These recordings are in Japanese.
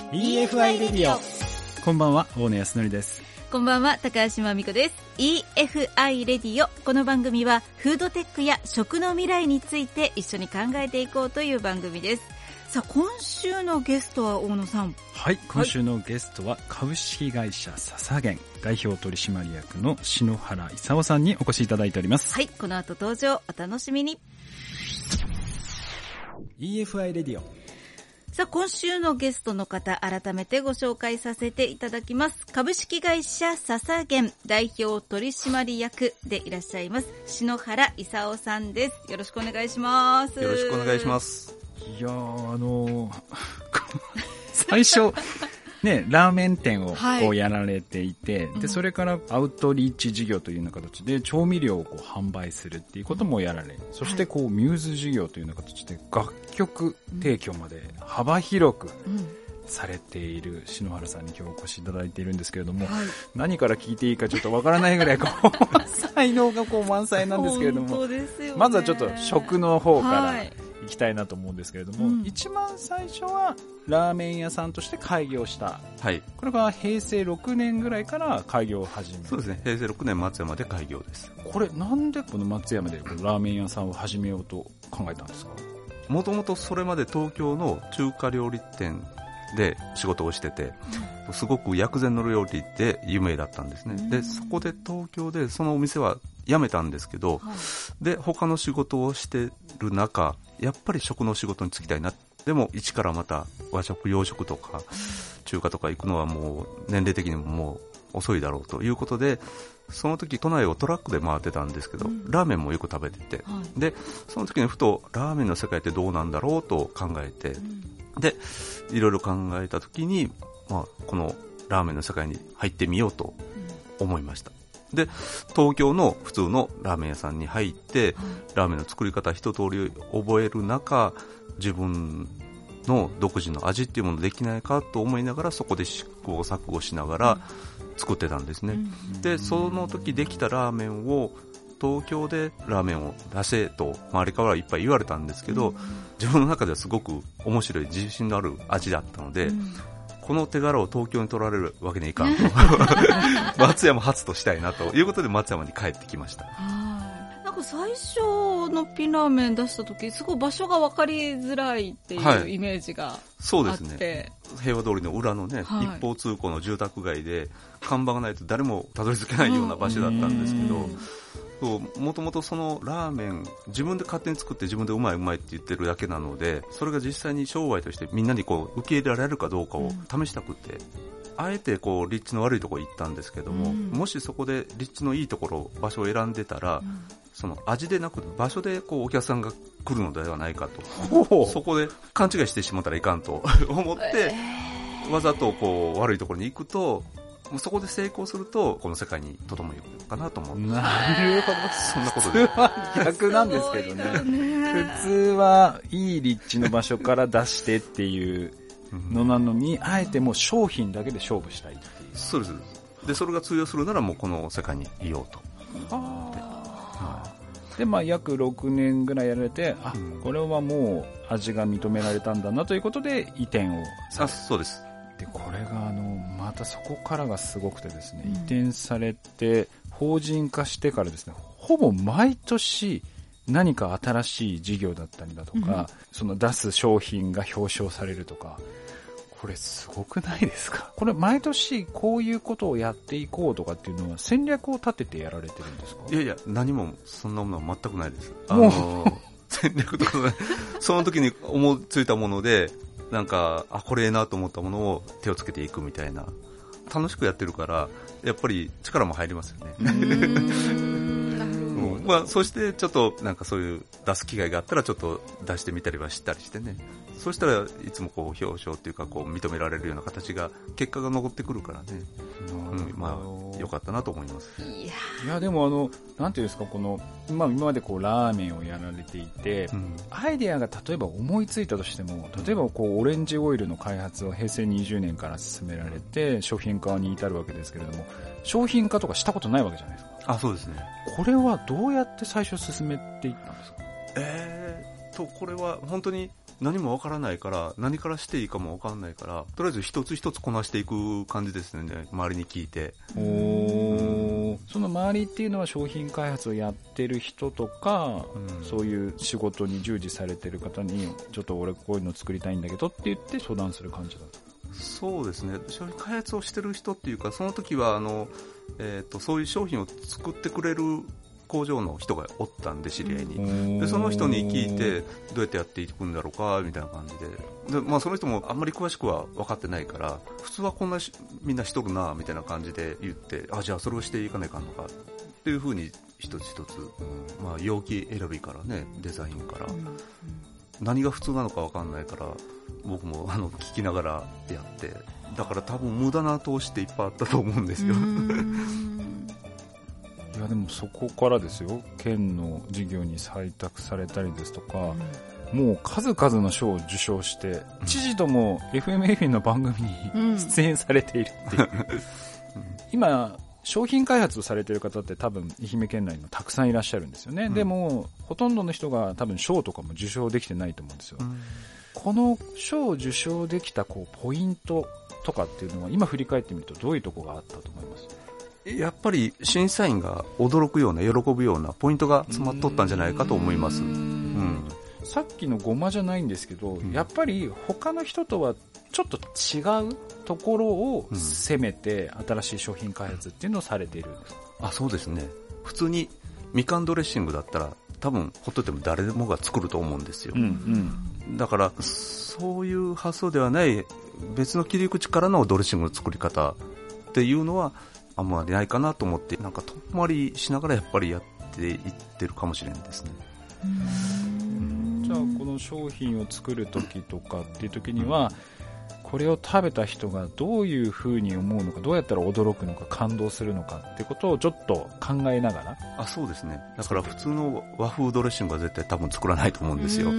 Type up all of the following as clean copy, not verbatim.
EFI レディオ。こんばんは、大野康則です。 こんばんは、高橋真美子です。 EFI レディオ。この番組はフードテックや食の未来について一緒に考えていこうという番組です。さあ、今週のゲストは大野さん。 はい、今週のゲストは株式会社ササゲン代表取締役の篠原勲さんにお越しいただいております。 はい、この後登場お楽しみに。 EFI レディオ。 さあ、今週のゲストの方、改めてご紹介させていただきます。株式会社ササゲン代表取締役でいらっしゃいます篠原勲さんです。よろしくお願いします。 よろしくお願いします。 いやー、最初ね、ラーメン店をこうやられていて、はい、でそれからアウトリーチ事業というような形で調味料をこう販売するっていうこともやられ、そしてこうミューズ事業というような形で楽曲提供まで幅広くされている篠原さんに今日お越しいただいているんですけれども、はい、何から聞いていいかちょっとわからないぐらいこう才能がこう満載なんですけれども、 本当ですよね。 まずはちょっと食の方から、はい、行きたいなと思うんですけれども、一番最初はラーメン屋さんとして開業した、 はい、これが平成6年ぐらいから開業を始める。 そうですね、平成6年松山で開業です。 これなんでこの松山でラーメン屋さんを始めようと考えたんですか？ もともとそれまで東京の中華料理店で仕事をしてて、すごく薬膳の料理で有名だったんですね。でそこで東京でそのお店は辞めたんですけど、で他の仕事をしてる中、やっぱり食の仕事に就きたいな。でも一からまた和食洋食とか中華とか行くのはもう年齢的にももう遅いだろうということで、その時都内をトラックで回ってたんですけど、ラーメンもよく食べてて、でその時にふとラーメンの世界ってどうなんだろうと考えて、でいろいろ考えた時に、このラーメンの世界に入ってみようと思いました。で東京の普通のラーメン屋さんに入って、ラーメンの作り方一通り覚える中、自分の独自の味っていうものできないかと思いながら、そこで試行錯誤しながら作ってたんですね。でその時できたラーメンを東京でラーメンを出せと周りからいっぱい言われたんですけど、自分の中ではすごく面白い自信のある味だったので、この手柄を東京に取られるわけにはいかんと松山発としたいなということで松山に帰ってきました。 なんか最初のピンラーメン出した時、すごい場所が分かりづらいっていうイメージがあって、 そうですね、平和通りの裏のね、一方通行の住宅街で看板がないと誰もたどり着けないような場所だったんですけど、もともとそのラーメン自分で勝手に作って自分でうまいうまいって言ってるだけなので、それが実際に商売としてみんなにこう受け入れられるかどうかを試したくて、あえてこう立地の悪いところに行ったんですけども、もしそこで立地のいいところ場所を選んでたら、その味でなく場所でこうお客さんが来るのではないかと、そこで勘違いしてしまったらいかんと思って、わざとこう悪いところに行くと、もうそこで成功するとこの世界にとどめるのかなと思って。 なるほど、 そんなことで。 普通は逆なんですけどね。普通はいい立地の場所から出してっていうのなのに、あえてもう商品だけで勝負したいっていう。 そうです。でそれが通用するならもうこの世界にいようと。 で約6年ぐらいやられて、これはもう味が認められたんだなということで移転をされて。 そうです。 でこれがまたそこからがすごくてですね、移転されて法人化してからですね、ほぼ毎年何か新しい事業だったりだとか、その出す商品が表彰されるとか、これすごくないですか？これ毎年こういうことをやっていこうとかっていうのは戦略を立ててやられてるんですか？ いやいや、何もそんなものは全くないです。戦略とかその時に思いついたもので、なんかこれええなと思ったものを手をつけていくみたいな、楽しくやってるからやっぱり力も入りますよね。そしてちょっとなんかそういう出す機会があったらちょっと出してみたりはしたりしてね、そうしたらいつもこう表彰っていうかこう認められるような形が結果が残ってくるからね、良かったなと思います。 いやでもなんていうんですか、この今までこうラーメンをやられていて、アイデアが例えば思いついたとしても、例えばこうオレンジオイルの開発を平成20年から進められて商品化に至るわけですけれども、商品化とかしたことないわけじゃないですか。 そうですね。 これはどうやって最初進めていったんですか？ これは本当に何もわからないから、何からしていいかもわからないから、とりあえず一つ一つこなしていく感じですね、周りに聞いて。 その周りっていうのは商品開発をやってる人とか、そういう仕事に従事されてる方に、ちょっと俺こういうの作りたいんだけどって言って相談する感じだと。 そうですね、商品開発をしてる人っていうか、その時はそういう商品を作ってくれる工場の人がおったんで、知り合いに。でその人に聞いて、どうやってやっていくんだろうかみたいな感じで、まあ、その人もあんまり詳しくは分かってないから、普通はこんなみんなしとるなみたいな感じで言って、じゃあそれをしていかないかんのかっていうふうに一つ一つ、まあ、容器選びからね、デザインから、何が普通なのか分かんないから、僕も聞きながらやって、だから多分無駄な投資っていっぱいあったと思うんですよ。 いやでもそこからですよ、県の事業に採択されたりですとか、もう数々の賞を受賞して、知事とも FM の番組に出演されているっていう、今商品開発をされている方って多分愛媛県内にもたくさんいらっしゃるんですよね、でもほとんどの人が多分賞とかも受賞できてないと思うんですよ、この賞を受賞できたポイントとかっていうのは今振り返ってみるとどういうところがあったと思います？ やっぱり審査員が驚くような、喜ぶようなポイントが詰まっとったんじゃないかと思います。 さっきのごまじゃないんですけど、やっぱり他の人とはちょっと違うところを攻めて新しい商品開発っていうのをされているんですか？ そうですね。普通にみかんドレッシングだったら多分ほっといても誰でもが作ると思うんですよ、だからそういう発想ではない別の切り口からのドレッシングの作り方っていうのはあんまりないかなと思って、なんか遠回りしながらやっぱりやっていってるかもしれないですね。 じゃあこの商品を作る時とかっていう時には、これを食べた人がどういうふうに思うのか、どうやったら驚くのか感動するのかってことをちょっと考えながら。 そうですね。だから普通の和風ドレッシングは絶対多分作らないと思うんですよ。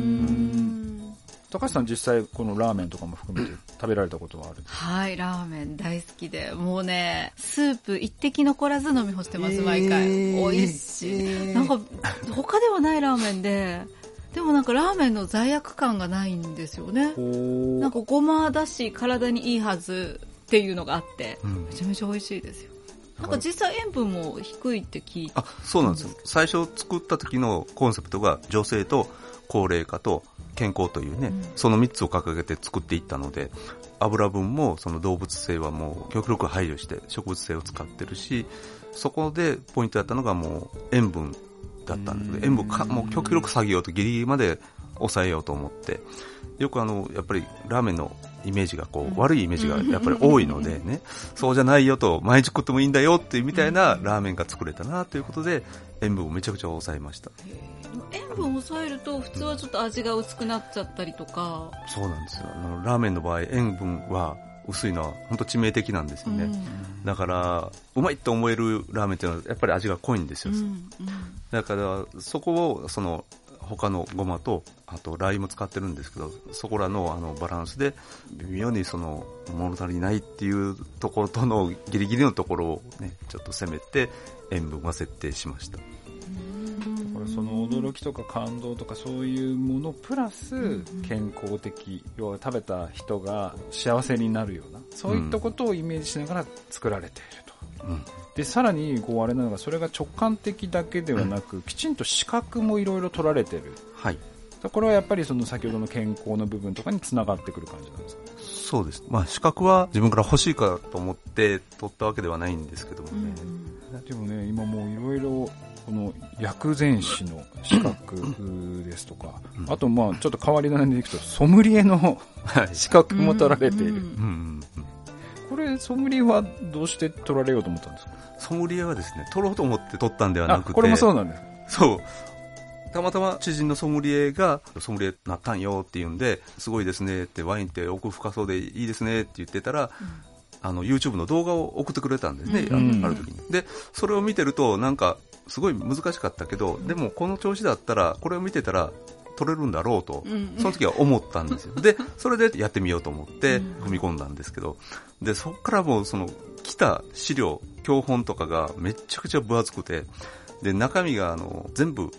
高橋さん、実際このラーメンとかも含めて食べられたことはある？ はい、ラーメン大好きで、もうね、スープ一滴残らず飲み干してます、毎回。美味しい。なんか他ではないラーメンで、でもなんかラーメンの罪悪感がないんですよね。なんかごまだし体にいいはずっていうのがあって、めちゃめちゃ美味しいですよ。なんか実際塩分も低いって聞いて。 そうなんですよ。最初作った時のコンセプトが女性と高齢化と健康というね、その3つを掲げて作っていったので、油分もその動物性はもう極力配慮して植物性を使ってるし、そこでポイントだったのがもう塩分だったので、塩分もう極力下げようと、ギリギリまで抑えようと思って、よくやっぱりラーメンのイメージが悪いイメージがやっぱり多いのでね、そうじゃないよと、毎日食ってもいいんだよっていうみたいなラーメンが作れたなということで、塩分をめちゃくちゃ抑えました。 塩分を抑えると普通はちょっと味が薄くなっちゃったりとか。 そうなんですよ。ラーメンの場合塩分は薄いのは本当致命的なんですよね、だからうまいと思えるラーメンっていうのはやっぱり味が濃いんですよ、だからそこを他のごまとあとラー油も使ってるんですけど、そこらのバランスで微妙に物足りないっていうところとのギリギリのところをね、ちょっと攻めて塩分は設定しました。 その驚きとか感動とかそういうものプラス健康的、要は食べた人が幸せになるような、そういったことをイメージしながら作られていると、でさらにあれなのが、それが直感的だけではなく、きちんと視覚もいろいろ取られている、これはやっぱり先ほどの健康の部分とかにつながってくる感じなんですか？ そうです。視覚は自分から欲しいかと思って取ったわけではないんですけどもね、 でもね、今もういろいろこの薬膳師の資格ですとか、あとちょっと変わり種でいくとソムリエの資格も取られている、これソムリエはどうして取られようと思ったんですか？ ソムリエはですね、取ろうと思って取ったんではなくて、 これもそうなんです。 そう、たまたま知人のソムリエがソムリエなったんよって言うんで、すごいですねって、ワインって奥深そうでいいですねって言ってたら、YouTube の動画を送ってくれたんですね、ある時に。でそれを見てるとなんかすごい難しかったけど、でもこの調子だったらこれを見てたら取れるんだろうと、その時は思ったんですよ。でそれでやってみようと思って踏み込んだんですけど、でそこからもう来た資料教本とかがめちゃくちゃ分厚くて、で中身が全部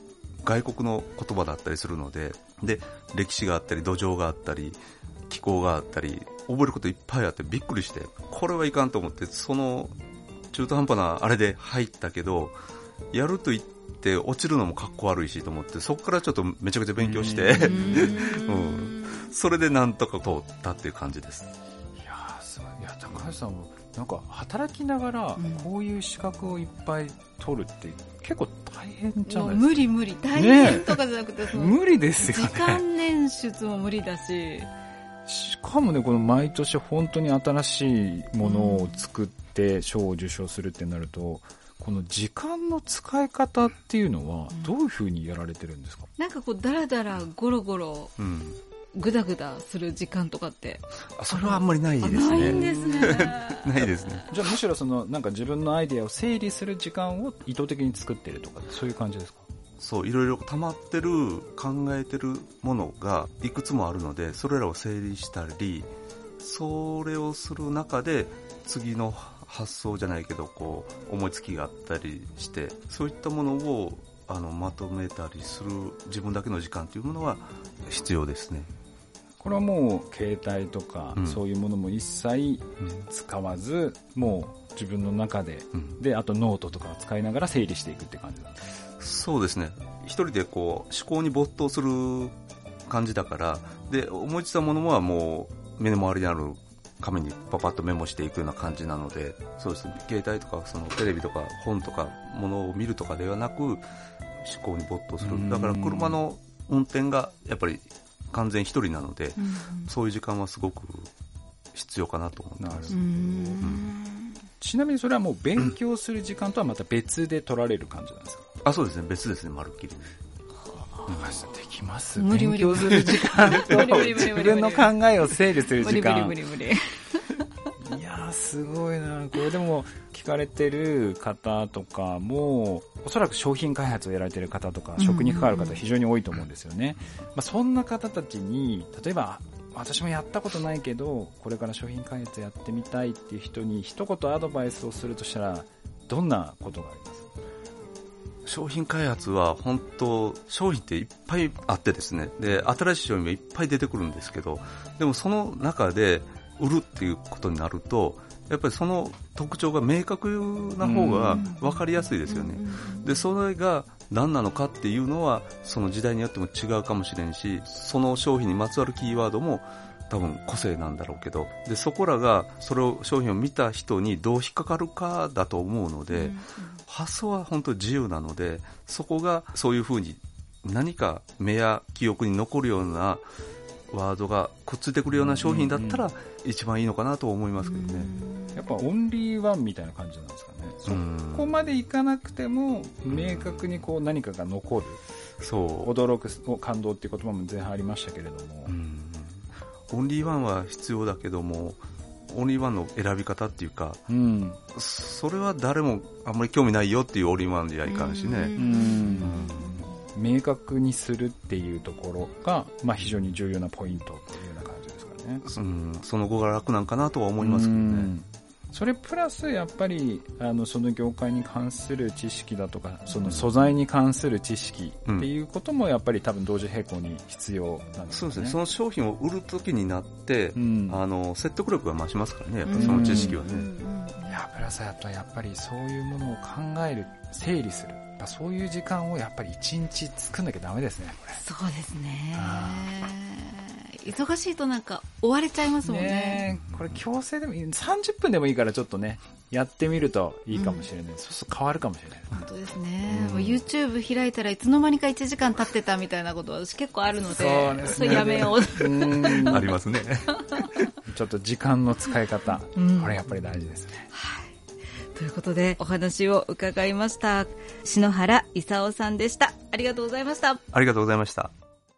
外国の言葉だったりするので、で歴史があったり土壌があったり気候があったり覚えることいっぱいあってびっくりして、これはいかんと思って、その中途半端なあれで入ったけど、やると言って落ちるのもかっこ悪いしと思って、そこからちょっとめちゃくちゃ勉強して、それでなんとか通ったっていう感じです。 いやーすごい。いや、高橋さんもなんか働きながらこういう資格をいっぱい取るって結構大変じゃないですか。 無理大変とかじゃなくて、ね、 無理ですよね。 時間捻出も無理だし、 しかもね、この毎年本当に新しいものを作って賞を受賞するってなると、この時間の使い方っていうのはどういうふうにやられてるんですか？ なんかこうダラダラゴロゴロ、グダグダする時間とかって。 それはあんまりないですね。 ないんですね。 ないですね。 じゃあむしろそのなんか自分のアイデアを整理する時間を意図的に作ってるとか、そういう感じですか？ そう、いろいろ溜まってる考えてるものがいくつもあるので、それらを整理したり、それをする中で次の発想じゃないけどこう思いつきがあったりして、そういったものをまとめたりする自分だけの時間というものは必要ですね。 これはもう携帯とか、そういうものも一切使わず、もう自分の中で、であとノートとかを使いながら整理していくって感じなんですか？ そうですね。一人でこう思考に没頭する感じだから、で思いついたものはもう目の周りにある紙にパパッとメモしていくような感じなので、そうですね。携帯とかそのテレビとか本とかものを見るとかではなく思考に没頭する。だから車の運転がやっぱり完全一人なので、そういう時間はすごく必要かなと思ってます。 ちなみにそれはもう勉強する時間とはまた別で取られる感じなんですか？ そうですね。別ですね。まるっきり。 できます。 無理勉強する時間と自分の考えを整理する時間。 無理。 いやーすごいな。これでも聞かれてる方とかもおそらく商品開発をやられてる方とか食に関わる方非常に多いと思うんですよね。そんな方たちに例えば私もやったことないけどこれから商品開発やってみたいっていう人に一言アドバイスをするとしたらどんなことがあります？ 商品開発は本当商品っていっぱいあってですね、で新しい商品がいっぱい出てくるんですけど、でもその中で売るっていうことになるとやっぱりその特徴が明確な方が分かりやすいですよね。でそれが何なのかっていうのはその時代によっても違うかもしれんし、その商品にまつわるキーワードも多分個性なんだろうけど、でそこらがそれを商品を見た人にどう引っかかるかだと思うので、発想は本当自由なので、そこがそういうふうに何か目や記憶に残るようなワードがくっついてくるような商品だったら一番いいのかなと思いますけどね。 やっぱオンリーワンみたいな感じなんですかね。そこまでいかなくても明確にこう何かが残る、そう驚く感動っていう言葉も前半ありましたけれども、 オンリーワンは必要だけどもオンリーワンの選び方っていうか、それは誰もあんまり興味ないよっていうオンリーワンではいかんしね。 明確にするっていうところが、非常に重要なポイントっていうような感じですかね。 その後が楽なんかなとは思いますけどね。 それプラスやっぱりその業界に関する知識だとかその素材に関する知識っていうこともやっぱり多分同時並行に必要なんですね。 そうですね。その商品を売る時になって、説得力が増しますからね。やっぱりその知識はね。 いやプラスやっぱりそういうものを考える、整理する、そういう時間をやっぱり一日作んなきゃダメですね。これそうですね。忙しいとなんか追われちゃいますもんね。 これ強制でもいい、30分でもいいからちょっとねやってみるといいかもしれない。そうすると変わるかもしれない。 本当ですね。YouTube 開いたらいつの間にか1時間経ってたみたいなことは私結構あるので、 そうですね、 それやめよう。 ありますね。 ちょっと時間の使い方、これやっぱり大事ですね。 ということでお話を伺いました。篠原勲さんでした。ありがとうございました。 ありがとうございました。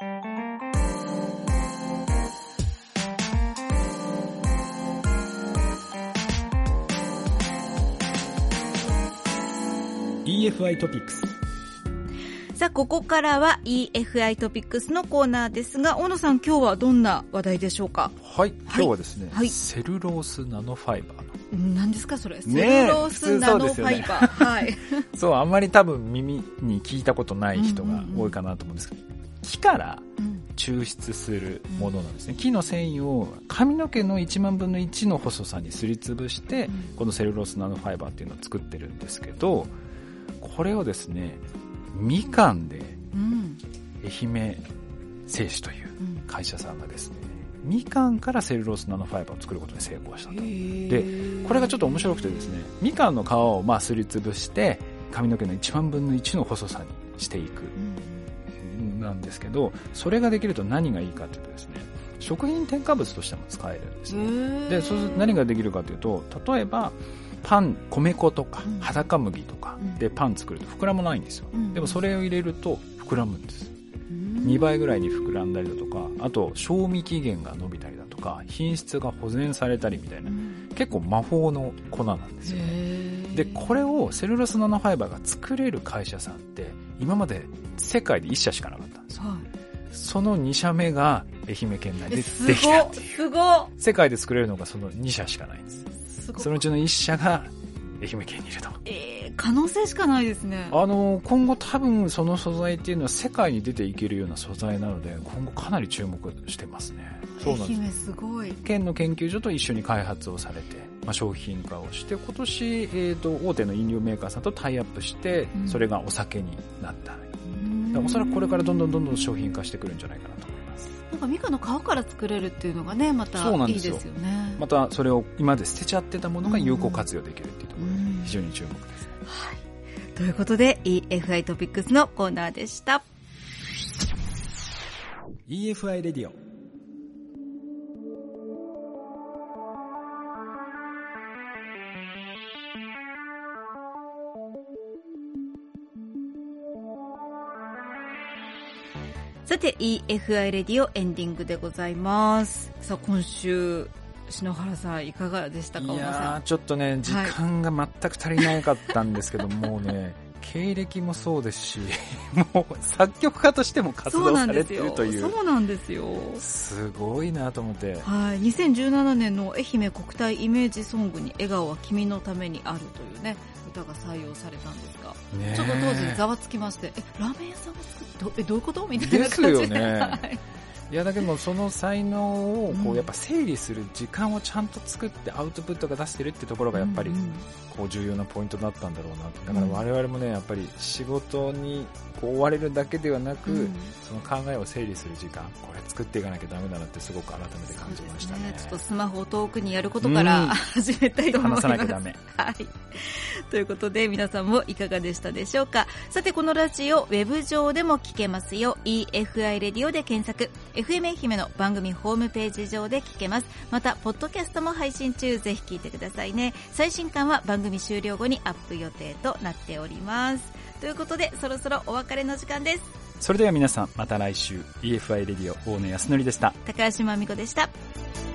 EFI トピックス。 さあここからは EFI トピックスのコーナーですが、大野さん今日はどんな話題でしょうか？ はい、今日はですね、セルロースナノファイバーの何ですかそれ、セルロースナノファイバー、はい、 そう、あんまり多分耳に聞いたことない人が多いかなと思うんですけど、木から抽出するものなんですね。木の繊維を髪の毛の1万分の1の細さにすりつぶして、このセルロースナノファイバーっていうのを作ってるんですけど、これをですね、みかんで愛媛製紙という会社さんがですね、みかんからセルロースナノファイバーを作ることに成功したと。で、これがちょっと面白くてですね、みかんの皮をすりつぶして髪の毛の1万分の1の細さにしていく、なんですけど、それができると何がいいかというとですね、食品添加物としても使えるんですね。で、そうすると何ができるかというと、例えばパン、米粉とか裸麦とかでパン作ると膨らまないんですよ。でもそれを入れると膨らむんです。2倍ぐらいに膨らんだりだとか、あと賞味期限が伸びたりだとか、品質が保全されたりみたいな、結構魔法の粉なんですよね。で、これをセルロースナノファイバーが作れる会社さんって今まで世界で1社しかなかったんですよ。その2社目が愛媛県内でできたっていう。 すごい。 世界で作れるのがその2社しかないんです。そのうちの1社が愛媛県にいると。 可能性しかないですね。 今後多分その素材っていうのは世界に出ていけるような素材なので、今後かなり注目してますね。そうなんです。 愛媛すごい。 県の研究所と一緒に開発をされて、商品化をして、今年、大手の飲料メーカーさんとタイアップして、それがお酒になった。おそらくこれからどんどん商品化してくるんじゃないかなと思います。 なんかみかんの皮から作れるっていうのがね、またいいですよね。 またそれを今まで捨てちゃってたものが有効活用できるっていうところで非常に注目です。 はい。ということで EFI トピックスのコーナーでした。 EFI レディオ。 さて EFI レディオエンディングでございます。さあ今週篠原さんいかがでしたか？ いやーちょっとね時間が全く足りなかったんですけど、もうね経歴もそうですし、もう作曲家としても活動されているという。 そうなんですよ。 すごいなと思って。 はい。2017年の愛媛国体イメージソングに笑顔は君のためにあるというね歌が採用されたんですが、ちょっと当時ざわつきまして、ラーメン屋さんが作ってどういうことみたいな感じで。 ですよね。 はい、 いやだけどその才能をこうやっぱ整理する時間をちゃんと作ってアウトプットが出してるってところがやっぱりこう重要なポイントだったんだろうな。だから我々もねやっぱり仕事にこう追われるだけではなく、その考えを整理する時間、これ作っていかなきゃダメだなってすごく改めて感じましたね。 ちょっとスマホを遠くにやることから始めたいと思います。 話さなきゃダメ。 はい。ということで皆さんもいかがでしたでしょうか。さてこのラジオウェブ上でも聞けますよ。 EFI レディオで検索、 FM 愛媛の番組ホームページ上で聞けます。またポッドキャストも配信中、ぜひ聞いてくださいね。最新刊は番組終了後にアップ予定となっております。ということでそろそろお別れの時間です。 それでは皆さんまた来週。 EFI レディオ大野康則でした。 高橋真美子でした。